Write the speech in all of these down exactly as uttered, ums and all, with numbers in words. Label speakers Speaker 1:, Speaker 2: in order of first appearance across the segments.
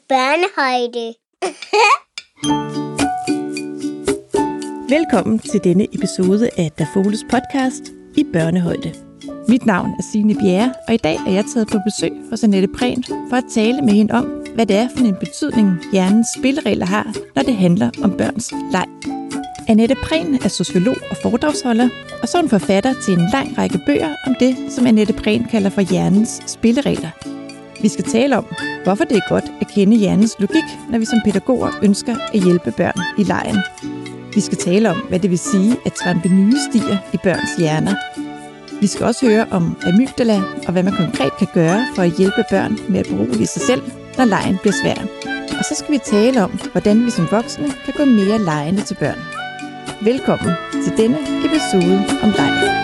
Speaker 1: børnehøjde.
Speaker 2: Velkommen til denne episode af Dafoles podcast i børnehøjde. Mit navn er Signe Bjerre, og i dag er jeg taget på besøg hos Annette Prehn for at tale med hende om, hvad det er for en betydning, hjernens spilleregler har, når det handler om børns leg. Annette Prehn er sociolog og foredragsholder, og så er hun forfatter til en lang række bøger om det, som Annette Prehn kalder for hjernens spilleregler. Vi skal tale om, hvorfor det er godt at kende hjernens logik, når vi som pædagoger ønsker at hjælpe børn i legen. Vi skal tale om, hvad det vil sige at trampe nye stier i børns hjerner. Vi skal også høre om amygdala og hvad man konkret kan gøre for at hjælpe børn med at berolige sig selv, når legen bliver svær. Og så skal vi tale om, hvordan vi som voksne kan gå mere legende til børn. Velkommen til denne episode om leg.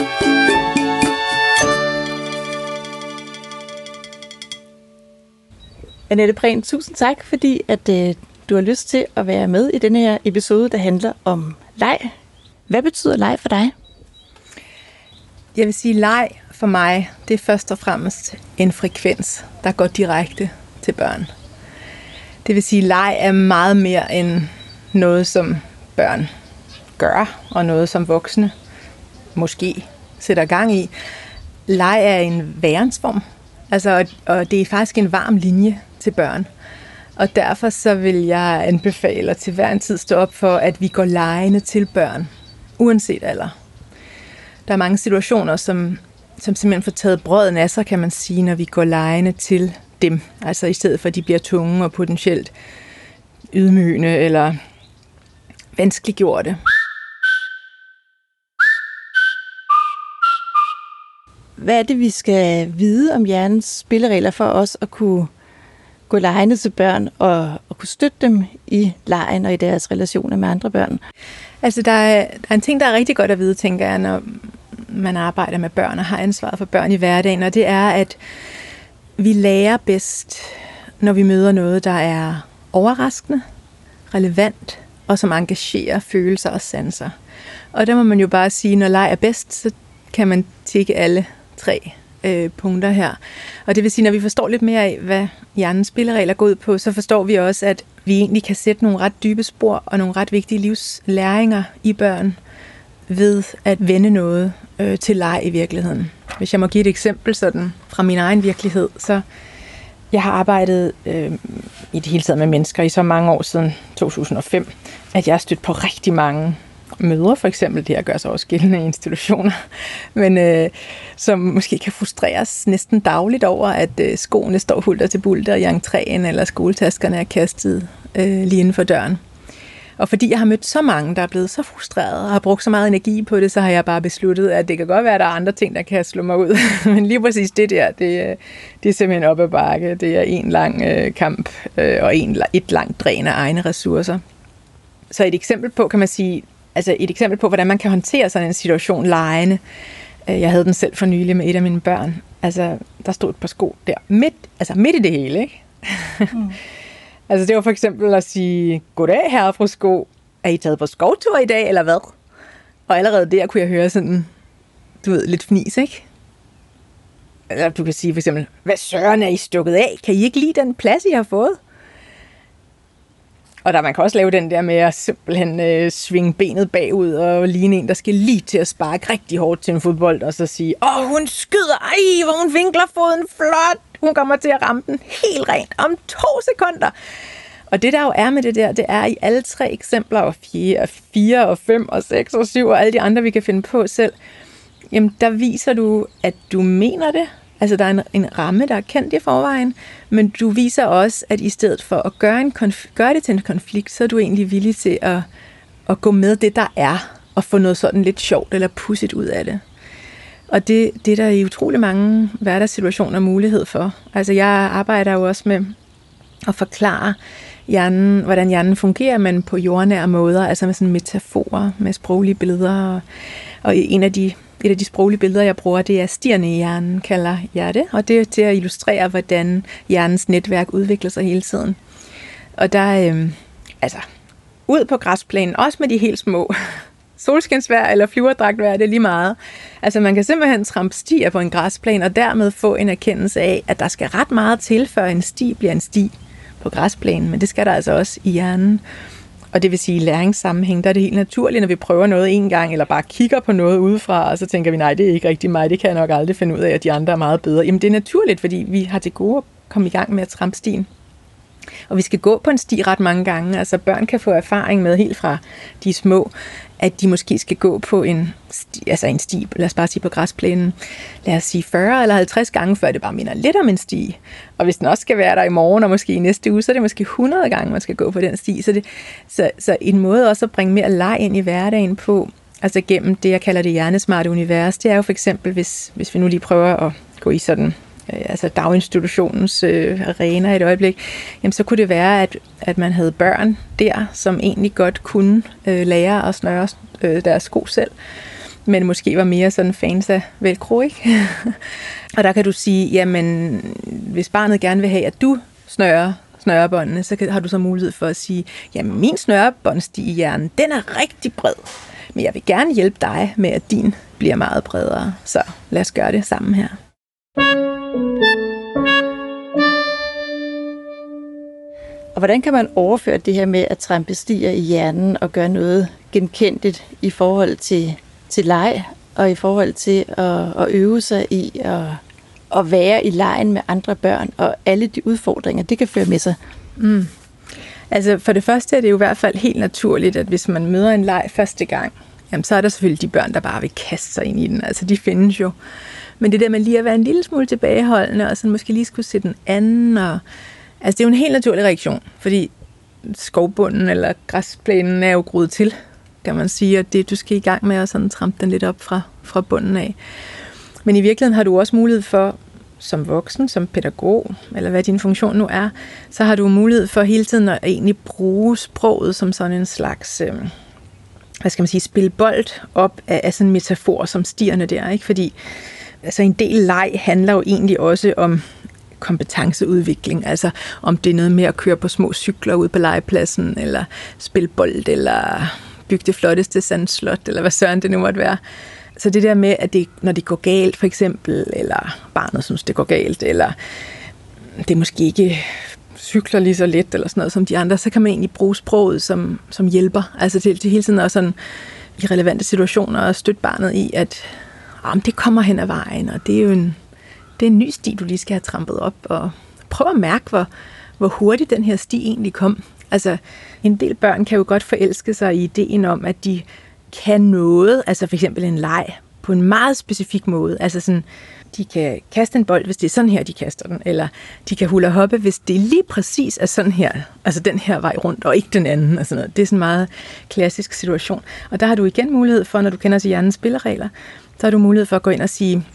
Speaker 2: Annette Prehn, tusind tak, fordi at, øh, du har lyst til at være med i denne her episode, der handler om leg. Hvad betyder leg for dig?
Speaker 3: Jeg vil sige, at leg for mig, det er først og fremmest en frekvens, der går direkte til børn. Det vil sige, at leg er meget mere end noget, som børn gør, og noget, som voksne måske sætter gang i. Leg er en værensform, altså, og det er faktisk en varm linje til børn. Og derfor så vil jeg anbefale at til hver en tid stå op for, at vi går legende til børn, uanset alder. Der er mange situationer, som, som simpelthen får taget brøden af sig, kan man sige, når vi går legende til dem. Altså i stedet for, at de bliver tunge og potentielt ydmygende eller vanskeliggjorte.
Speaker 2: Hvad er det, vi skal vide om hjernens spilleregler for os at kunne gå legende til børn og, og kunne støtte dem i legen og i deres relationer med andre børn?
Speaker 3: Altså, der er, der er en ting, der er rigtig godt at vide, tænker jeg, når man arbejder med børn og har ansvaret for børn i hverdagen, og det er, at vi lærer bedst, når vi møder noget, der er overraskende, relevant og som engagerer følelser og sanser. Og der må man jo bare sige, når leg er bedst, så kan man tikke alle tre øh, punkter her. Og det vil sige, når vi forstår lidt mere af, hvad hjernens spilleregler går ud på, så forstår vi også, at vi egentlig kan sætte nogle ret dybe spor og nogle ret vigtige livslæringer i børn ved at vende noget øh, til leg i virkeligheden. Hvis jeg må give et eksempel sådan fra min egen virkelighed, så jeg har arbejdet øh, i det hele taget med mennesker i så mange år siden to tusind og fem, at jeg har stødt på rigtig mange mødre, for eksempel det her gør sig også gældende i institutioner, men øh, som måske kan frustreres næsten dagligt over, at øh, skoene står hulter til bulter i entréen, eller skoletaskerne er kastet øh, lige inden for døren. Og fordi jeg har mødt så mange, der er blevet så frustreret og har brugt så meget energi på det, så har jeg bare besluttet, at det kan godt være, at der er andre ting, der kan slå mig ud. Men lige præcis det der, det, det er simpelthen op ad bakke. Det er en lang øh, kamp øh, og en, et langt dræn af egne ressourcer. Så et eksempel på, kan man sige, altså et eksempel på, hvordan man kan håndtere sådan en situation legende. Jeg havde den selv for nylig med et af mine børn. Altså, der stod et par sko der midt, altså midt i det hele, ikke? Mm. Altså, det var for eksempel at sige, goddag herre og fru Sko, er I taget på skovtur i dag, eller hvad? Og allerede der kunne jeg høre sådan, du ved, lidt fnis, ikke? Eller du kan sige for eksempel, hvad søren er I stukket af? Kan I ikke lide den plads, I har fået? Og der man kan også lave den der med at simpelthen øh, svinge benet bagud og ligne en, der skal lige til at sparke rigtig hårdt til en fodbold, og så sige, åh, hun skyder, ej, hvor hun vinkler foden flot, hun kommer til at ramme den helt rent om to sekunder. Og det der jo er med det der, det er i alle tre eksempler, og fire, og fire, og fem, og seks, og syv, og alle de andre, vi kan finde på selv, jamen der viser du, at du mener det. Altså, der er en, en ramme, der er kendt i forvejen, men du viser også, at i stedet for at gøre, en konf- gøre det til en konflikt, så er du egentlig villig til at, at gå med det, der er, og få noget sådan lidt sjovt eller pudsigt ud af det. Og det, det er der i utrolig mange hverdagssituationer mulighed for. Altså, jeg arbejder jo også med at forklare hjernen, hvordan hjernen fungerer, men på jordnære måder, altså med sådan metaforer, med sproglige billeder. Og en af de Et af de sproglige billeder, jeg bruger, det er stierne i hjernen, kalder jeg det. Og det er til at illustrere, hvordan hjernens netværk udvikler sig hele tiden. Og der, øh, altså, ud på græsplænen, også med de helt små, solskinsvejr eller flyverdragtvejr, det er lige meget. Altså, man kan simpelthen trampe stier på en græsplæne, og dermed få en erkendelse af, at der skal ret meget til, før en sti bliver en sti. på græsplænen, men det skal der altså også i hjernen. Og det vil sige, i læringssammenhæng, der er det helt naturligt, når vi prøver noget en gang, eller bare kigger på noget udefra, og så tænker vi, nej, det er ikke rigtig mig, det kan jeg nok aldrig finde ud af, at de andre er meget bedre. Jamen det er naturligt, fordi vi har til gode at komme i gang med at trampe stien. Og vi skal gå på en sti ret mange gange. Altså børn kan få erfaring med helt fra de små, at de måske skal gå på en sti, altså en sti, lad os bare sige på græsplænen, lad os sige fyrre eller halvtreds gange, før det bare minder lidt om en sti. Og hvis den også skal være der i morgen og måske i næste uge, så er det måske hundrede gange, man skal gå på den sti. Så, det, så, så en måde også at bringe mere leg ind i hverdagen på, altså gennem det, jeg kalder det hjernesmarte univers, det er jo for eksempel, hvis, hvis vi nu lige prøver at gå i sådan altså daginstitutionens øh, arena et øjeblik, jamen så kunne det være, at, at man havde børn der, som egentlig godt kunne øh, lære at snøre øh, deres sko selv, men måske var mere sådan fans af velcro, ikke? Og der kan du sige, jamen hvis barnet gerne vil have, at du snører snørebåndene, så kan, har du så mulighed for at sige, jamen min snørebåndsti i hjernen, den er rigtig bred, men jeg vil gerne hjælpe dig med, at din bliver meget bredere, så lad os gøre det sammen her.
Speaker 2: Og hvordan kan man overføre det her med at trampe stier i hjernen og gøre noget genkendeligt i forhold til, til leg og i forhold til at, at øve sig i at, at være i legen med andre børn og alle de udfordringer, det kan føre med sig?
Speaker 3: Mm. Altså for det første er det jo i hvert fald helt naturligt, at hvis man møder en leg første gang, jamen så er der selvfølgelig de børn, der bare vil kaste sig ind i den. Altså de findes jo. Men det der med lige at være en lille smule tilbageholdende, og så måske lige skulle se den anden. Og, altså det er jo en helt naturlig reaktion, fordi skovbunden eller græsplænen er jo groet til, kan man sige, og det du skal i gang med at sådan trampe den lidt op fra, fra bunden af. Men i virkeligheden har du også mulighed for, som voksen, som pædagog, eller hvad din funktion nu er, så har du mulighed for hele tiden at egentlig bruge sproget som sådan en slags, øh, hvad skal man sige, spille bold op af, af sådan en metafor som stierne der, ikke? Fordi altså en del leg handler jo egentlig også om kompetenceudvikling, altså om det er noget med at køre på små cykler ud på legepladsen, eller spille bold, eller bygge det flotteste sandslot, eller hvad søren det nu måtte være. Så det der med, at det, når det går galt for eksempel, eller barnet synes, det går galt, eller det måske ikke cykler lige så let, eller sådan noget som de andre, så kan man egentlig bruge sproget som, som hjælper. Altså til, til hele tiden også sådan i relevante situationer at støtte barnet i, at om det kommer hen ad vejen, og det er jo en, det er en ny sti, du lige skal have trampet op, og prøv at mærke, hvor, hvor hurtigt den her sti egentlig kom. Altså, en del børn kan jo godt forelske sig i ideen om, at de kan noget, altså for eksempel en leg, på en meget specifik måde. Altså sådan, de kan kaste en bold, hvis det er sådan her, de kaster den, eller de kan hula hoppe, hvis det lige præcis er sådan her, altså den her vej rundt, og ikke den anden, og sådan noget. Det er sådan en meget klassisk situation. Og der har du igen mulighed for, når du kender til hjernens spilleregler, så har du mulighed for at gå ind og sige,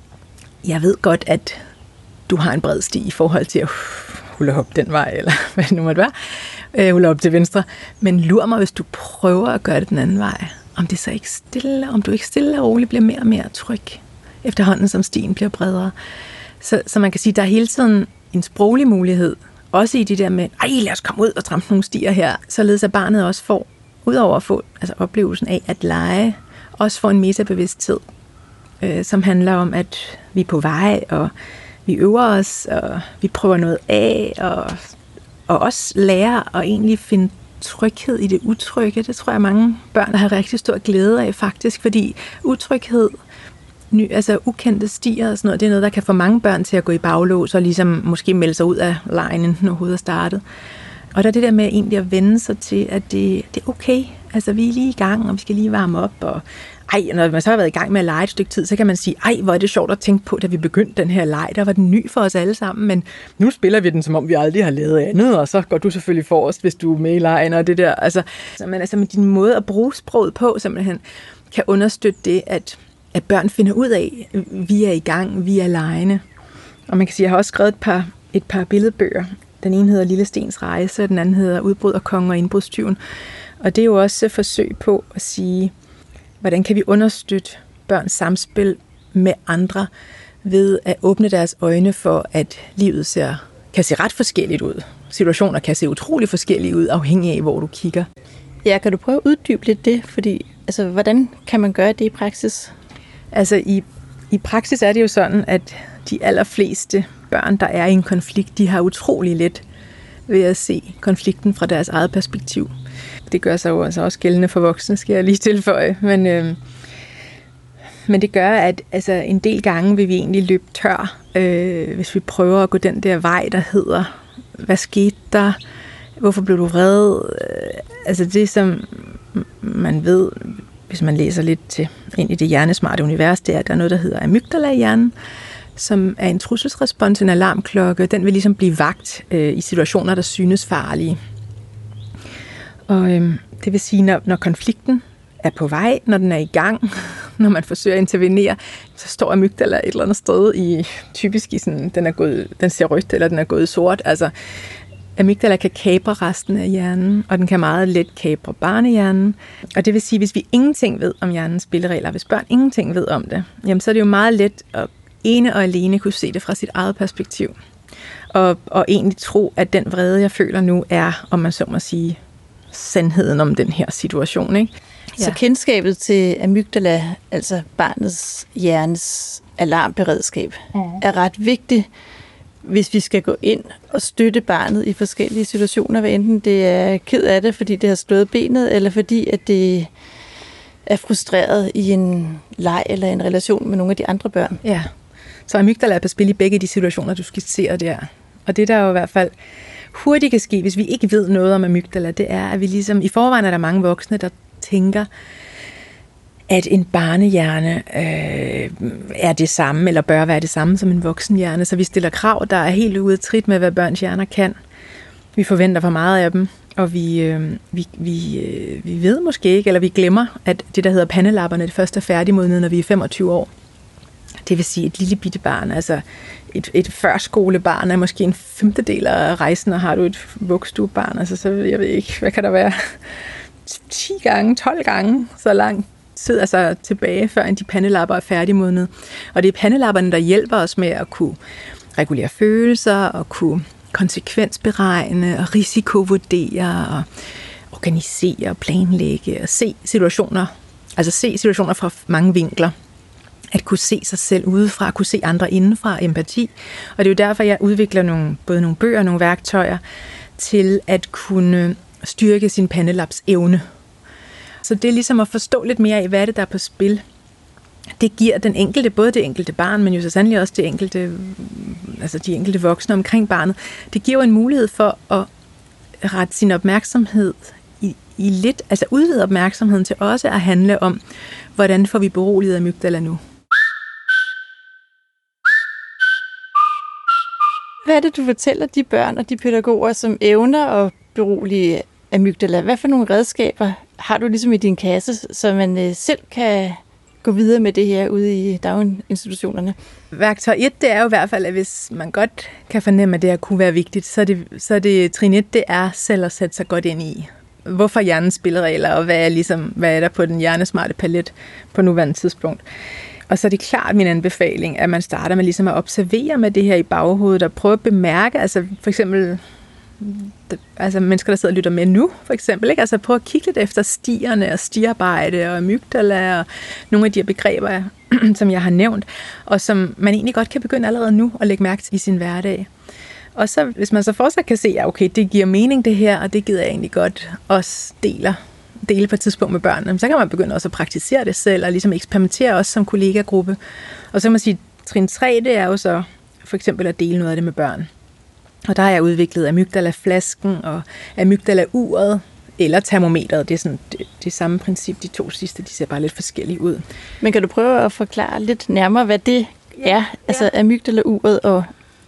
Speaker 3: jeg ved godt, at du har en bred sti i forhold til at hula hoppe den vej, eller hvad det nu måtte være, øh, hula hoppe til venstre, men lur mig, hvis du prøver at gøre det den anden vej, om det så ikke stille, om du ikke stille og roligt bliver mere og mere tryg, efterhånden som stien bliver bredere. Så, så man kan sige, at der er hele tiden en sproglig mulighed, også i det der med, ej, lad os komme ud og trampe nogle stier her, således at barnet også får, udover at få altså oplevelsen af at lege, også får en metabevidsthed, øh, som handler om, at vi er på vej, og vi øver os, og vi prøver noget af, og, og også lærer at egentlig finde tryghed i det utrygge. Det tror jeg, mange børn har rigtig stor glæde af faktisk, fordi utryghed, ny, altså ukendte stier og sådan noget, det er noget, der kan få mange børn til at gå i baglås og ligesom måske melde sig ud af lejen, enten overhovedet er startet. Og der er det der med egentlig at vende sig til, at det, det er okay. Altså, vi er lige i gang, og vi skal lige varme op. Og ej, når man så har været i gang med at lege et stykke tid, så kan man sige, ej, hvor er det sjovt at tænke på, da vi begyndte den her leg. Der var den ny for os alle sammen, men nu spiller vi den, som om vi aldrig har lavet andet, og så går du selvfølgelig forrest, hvis du er med i lejen og det der. Altså, så man, altså med din måde at bruge sproget på, simpelthen, kan understøtte det, at, at børn finder ud af, vi er i gang, vi er legende. Og man kan sige, jeg har også skrevet et par, et par billedbøger. Den ene hedder Lille Stens Rejse, og den anden hedder Udbryderkongen og Indbrudstyven. Og det er jo også et forsøg på at sige, hvordan kan vi understøtte børns samspil med andre ved at åbne deres øjne for, at livet ser, kan se ret forskelligt ud. Situationer kan se utrolig forskellige ud, afhængig af, hvor du kigger.
Speaker 2: Ja, kan du prøve at uddybe lidt det? Fordi, altså, hvordan kan man gøre det i praksis?
Speaker 3: Altså, i, i praksis er det jo sådan, at de allerfleste børn, der er i en konflikt, de har utrolig let ved at se konflikten fra deres eget perspektiv. Det gør sig jo altså også gældende for voksne, skal jeg lige tilføje. Men, øh, men det gør, at altså, en del gange vil vi egentlig løbe tør, øh, hvis vi prøver at gå den der vej, der hedder, hvad skete der? Hvorfor blev du vred? Altså det, som man ved, hvis man læser lidt til, ind i det hjernesmarte univers, det er, at der er noget, der hedder amygdala i hjernen, som er en trusselsrespons, en alarmklokke. Den vil ligesom blive vagt øh, i situationer, der synes farlige. Og øh, det vil sige, når, når konflikten er på vej, når den er i gang, når man forsøger at intervenere, så står amygdala et eller andet sted i, typisk i sådan, den er gået, den ser rødt, eller den er gået sort. Altså, amygdala kan kapre resten af hjernen, og den kan meget let kapre barnehjernen. Og det vil sige, hvis vi ingenting ved om hjernens spilleregler, hvis børn ingenting ved om det, jamen så er det jo meget let at ene og alene kunne se det fra sit eget perspektiv. Og, og egentlig tro, at den vrede, jeg føler nu, er, om man så må sige, sandheden om den her situation, ikke?
Speaker 2: Ja. Så kendskabet til amygdala, altså barnets hjernes alarmberedskab, mm. er ret vigtigt, hvis vi skal gå ind og støtte barnet i forskellige situationer, hvad enten det er ked af det, fordi det har slået benet, eller fordi at det er frustreret i en leg eller en relation med nogle af de andre børn.
Speaker 3: Ja, så amygdala er på spil i begge de situationer, du skitserer der. Og det der jo i hvert fald hurtigt kan ske, hvis vi ikke ved noget om amygdala, det er, at vi ligesom, i forvejen er der mange voksne, der tænker, at en barnehjerne øh, er det samme, eller bør være det samme som en voksenhjerne. Så vi stiller krav, der er helt ude af trit med, hvad børns hjerner kan. Vi forventer for meget af dem, og vi, øh, vi, vi, øh, vi ved måske ikke, eller vi glemmer, at det, der hedder pandelapperne, det først er færdigmodnet, når vi er femogtyve år. Det vil sige et lille bitte barn, altså et, et førskolebarn er måske en femtedel af rejsen, og har du et vuggestuebarn, altså så jeg ved ikke, hvad kan der være, ti gange, tolv gange så langt sidder altså tilbage, før de pandelapper er færdigmodnet. Og det er pandelapperne, der hjælper os med at kunne regulere følelser, og kunne konsekvensberegne, og risikovurdere, og organisere, planlægge, og se situationer, altså se situationer fra mange vinkler. At kunne se sig selv udefra, at kunne se andre indenfra, empati. Og det er jo derfor, jeg udvikler nogle, både nogle bøger og nogle værktøjer til at kunne styrke sin pandelaps evne. Så det er ligesom at forstå lidt mere i, hvad er det, der er på spil. Det giver den enkelte, både det enkelte barn, men jo så sandelig også det enkelte, altså de enkelte voksne omkring barnet. Det giver jo en mulighed for at rette sin opmærksomhed i, i lidt, altså udvide opmærksomheden til også at handle om, hvordan får vi beroliget amygdala nu.
Speaker 2: Hvad er det, du fortæller de børn og de pædagoger, som evner at berolige amygdala? Hvad for nogle redskaber har du ligesom i din kasse, så man selv kan gå videre med det her ude i daginstitutionerne?
Speaker 3: Værktøj et, det er jo i hvert fald, at hvis man godt kan fornemme, at det her kunne være vigtigt, så er det, så er det trin et, det er selv at sætte sig godt ind i. Hvorfor hjernens spilleregler, og hvad er, ligesom, hvad er der på den hjernesmarte palet på nuværende tidspunkt. Og så er det klart min anbefaling, at man starter med ligesom at observere med det her i baghovedet, og prøve at bemærke, altså for eksempel altså mennesker, der sidder og lytter med nu, for eksempel, ikke? Altså prøve at kigge lidt efter stierne og stiarbejde og amygdala og nogle af de her begreber, som jeg har nævnt, og som man egentlig godt kan begynde allerede nu at lægge mærke til i sin hverdag. Og så, hvis man så fortsat kan se, at ja, okay, det giver mening det her, og det gider jeg egentlig godt også deler, dele på et tidspunkt med børnene, så kan man begynde også at praktisere det selv, og ligesom eksperimentere også som kollegagruppe. Og så kan man sige, trin tre, det er jo så for eksempel at dele noget af det med børn. Og der har jeg udviklet amygdala-flasken og amygdala-uret, eller termometeret. Det er sådan det, det samme princip. De to sidste, de ser bare lidt forskellige ud.
Speaker 2: Men kan du prøve at forklare lidt nærmere, hvad det er? Ja. Altså amygdala-uret og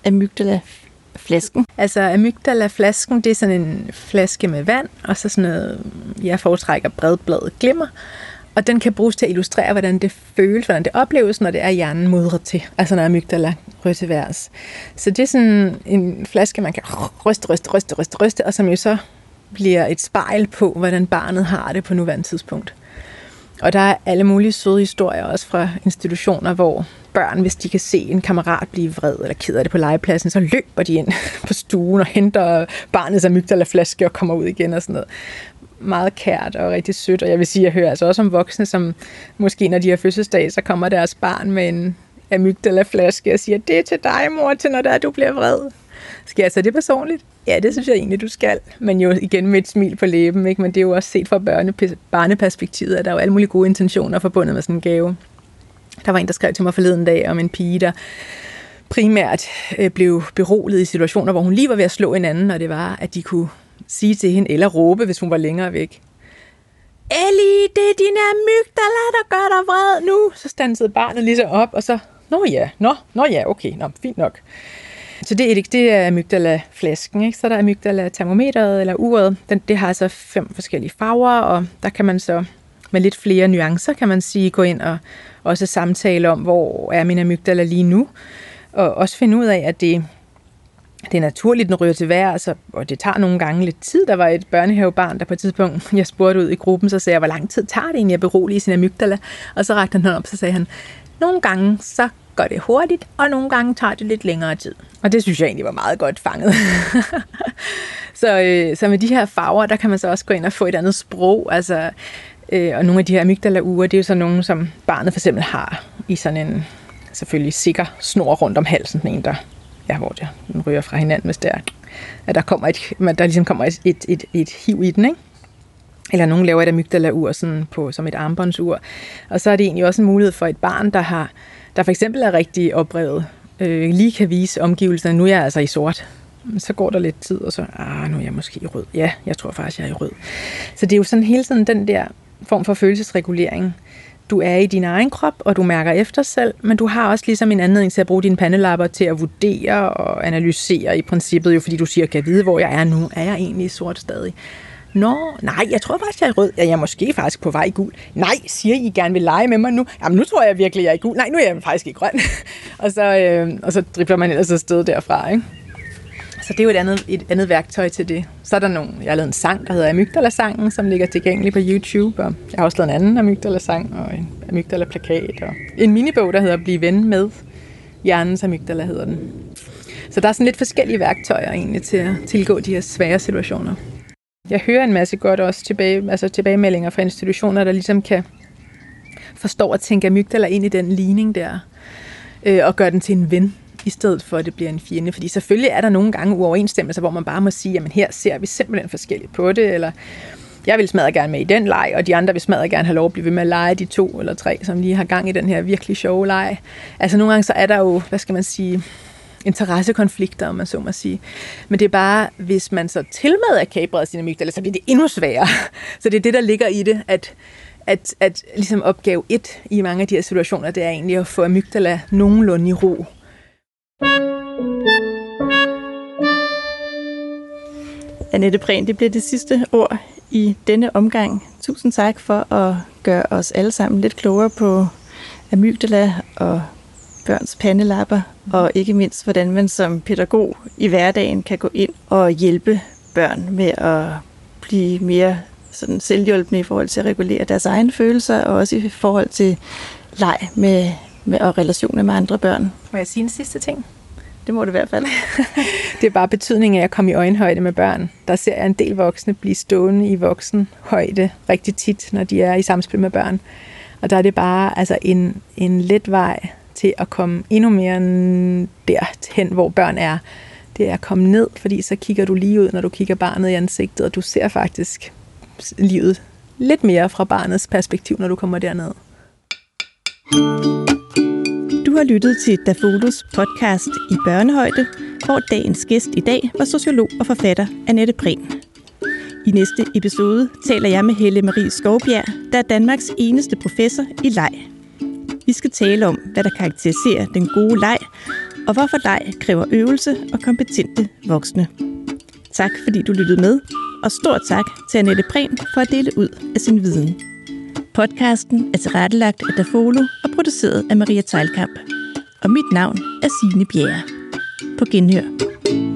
Speaker 2: amygdala-flasken.
Speaker 3: Altså amygdala-flasken, det er sådan en flaske med vand, og så sådan noget, jeg foretrækker bredbladet glimmer. Og den kan bruges til at illustrere, hvordan det føles, hvordan det opleves, når det er hjernen modret til. Altså når amygdala ryger til værs. Så det er sådan en flaske, man kan ryste, ryste, ryste, ryste, ryste, og som jo så bliver et spejl på, hvordan barnet har det på nuværende tidspunkt. Og der er alle mulige søde historier også fra institutioner, hvor børn, hvis de kan se en kammerat blive vred eller ked af det på legepladsen, så løber de ind på stuen og henter barnets amygdala-flaske og kommer ud igen og sådan noget. Meget kært og rigtig sødt, og jeg vil sige, at jeg hører altså også om voksne, som måske når de har fødselsdag, så kommer deres barn med en amygdala-flaske og siger, det er til dig, mor, til når der du bliver vred. Skal jeg tage det personligt? Ja, det synes jeg egentlig, du skal. Men jo igen med et smil på læben, ikke? Men det er jo også set fra børne- barneperspektivet, at der er jo alle mulige gode intentioner forbundet med sådan en gave. Der var en, der skrev til mig forleden dag om en pige, der primært øh, blev beroliget i situationer, hvor hun lige var ved at slå en anden, og det var, at de kunne sige til hende, eller råbe, hvis hun var længere væk. Ellie, det er dine amygdala, der gør dig vred nu. Så standsede barnet lige så op, og så, nå ja, nå, nå ja, okay, nå, fint nok. Så det er, det er amygdala-flasken, ikke? Så der er amygdala-termometeret eller uret. Den, det har så fem forskellige farver, og der kan man så med lidt flere nuancer, kan man sige, gå ind og også samtale om, hvor er min amygdala lige nu. Og også finde ud af, at det, det er naturligt, den ryger til vejrs, og det tager nogle gange lidt tid. Der var et børnehavebarn, der på et tidspunkt, jeg spurgte ud i gruppen, så sagde jeg, hvor lang tid tager det egentlig at berolige sin amygdala? Og så rakte han op, så sagde han, nogle gange så går det hurtigt, og nogle gange tager det lidt længere tid. Og det synes jeg egentlig var meget godt fanget. så, øh, så med de her farver, der kan man så også gå ind og få et andet sprog. Altså, øh, og nogle af de her amygdala-ure, det er jo så nogle, som barnet for eksempel har i sådan en selvfølgelig sikker snor rundt om halsen. En, der, ja, hvor det, den ryger fra hinanden, hvis det er, at der, kommer et, der ligesom kommer et, et, et, et hiv i den, ikke? Eller nogen laver et amygdala-ur sådan på, som et armbåndsur. Og så er det egentlig også en mulighed for et barn, der har der for eksempel er rigtig oprevet, øh, lige kan vise omgivelserne, nu er jeg altså i sort. Så går der lidt tid, og så, ah, nu er jeg måske i rød. Ja, jeg tror faktisk, jeg er i rød. Så det er jo sådan hele tiden den der form for følelsesregulering. Du er i din egen krop, og du mærker efter selv, men du har også ligesom en anledning til at bruge dine pandelapper til at vurdere og analysere i princippet, jo fordi du siger, kan jeg vide, hvor jeg er nu? Er jeg egentlig i sort stadig? Nå, nej, jeg tror faktisk, jeg er rød. Ja, jeg er måske faktisk på vej i gul. Nej, siger I gerne vil lege med mig nu? Jamen, nu tror jeg virkelig, jeg er i gul. Nej, nu er jeg faktisk i grøn. og, så, øh, og så dribler man ellers afsted derfra, ikke? Så det er jo et andet, et andet værktøj til det. Så er der nogle, jeg har lavet en sang, der hedder Amygdala-sangen, som ligger tilgængelig på YouTube. Og jeg har også lavet en anden Amygdala-sang og en Amygdala-plakat. Og en minibog, der hedder Bliv ven med hjernens amygdala, hedder den. Så der er sådan lidt forskellige værktøjer egentlig til at tilgå de her svære situationer. Jeg hører en masse godt også tilbage, altså tilbagemeldinger fra institutioner, der ligesom kan forstå at tænke amygdala ind i den ligning der, øh, og gøre den til en ven, i stedet for at det bliver en fjende. Fordi selvfølgelig er der nogle gange uoverensstemmelser, hvor man bare må sige, jamen her ser vi simpelthen forskelligt på det, eller jeg vil smadre gerne med i den leg, og de andre vil smadre gerne have lov at blive ved med at lege, de to eller tre, som lige har gang i den her virkelig sjove leg. Altså nogle gange så er der jo, hvad skal man sige, interessekonflikter, om man så må sige. Men det er bare, hvis man så tilmed er kapret sin amygdala, så bliver det endnu sværere. Så det er det, der ligger i det, at, at, at ligesom opgave et i mange af de her situationer, det er egentlig at få amygdala nogenlunde i ro.
Speaker 2: Annette Prehn, det bliver det sidste ord i denne omgang. Tusind tak for at gøre os alle sammen lidt klogere på amygdala og børns pandelapper, og ikke mindst, hvordan man som pædagog i hverdagen kan gå ind og hjælpe børn med at blive mere sådan selvhjulpende i forhold til at regulere deres egne følelser, og også i forhold til leg med, med og relationer med andre børn.
Speaker 3: Må jeg sige en sidste ting?
Speaker 2: Det må det i hvert fald.
Speaker 3: Det er bare betydningen af at komme i øjenhøjde med børn. Der ser jeg en del voksne blive stående i voksenhøjde rigtig tit, når de er i samspil med børn. Og der er det bare altså en, en let vej til at komme endnu mere derhen, hvor børn er. Det er at komme ned, fordi så kigger du lige ud, når du kigger barnet i ansigtet, og du ser faktisk livet lidt mere fra barnets perspektiv, når du kommer derned.
Speaker 2: Du har lyttet til Dafolos podcast i børnehøjde, hvor dagens gæst i dag var sociolog og forfatter Annette Prehn. I næste episode taler jeg med Helle Marie Skovbjerg, der er Danmarks eneste professor i leg. Vi skal tale om, hvad der karakteriserer den gode leg, og hvorfor leg kræver øvelse og kompetente voksne. Tak fordi du lyttede med, og stort tak til Annette Prehn for at dele ud af sin viden. Podcasten er tilrettelagt af Dafolo og produceret af Maria Teilkamp. Og mit navn er Signe Bjerre. På genhør.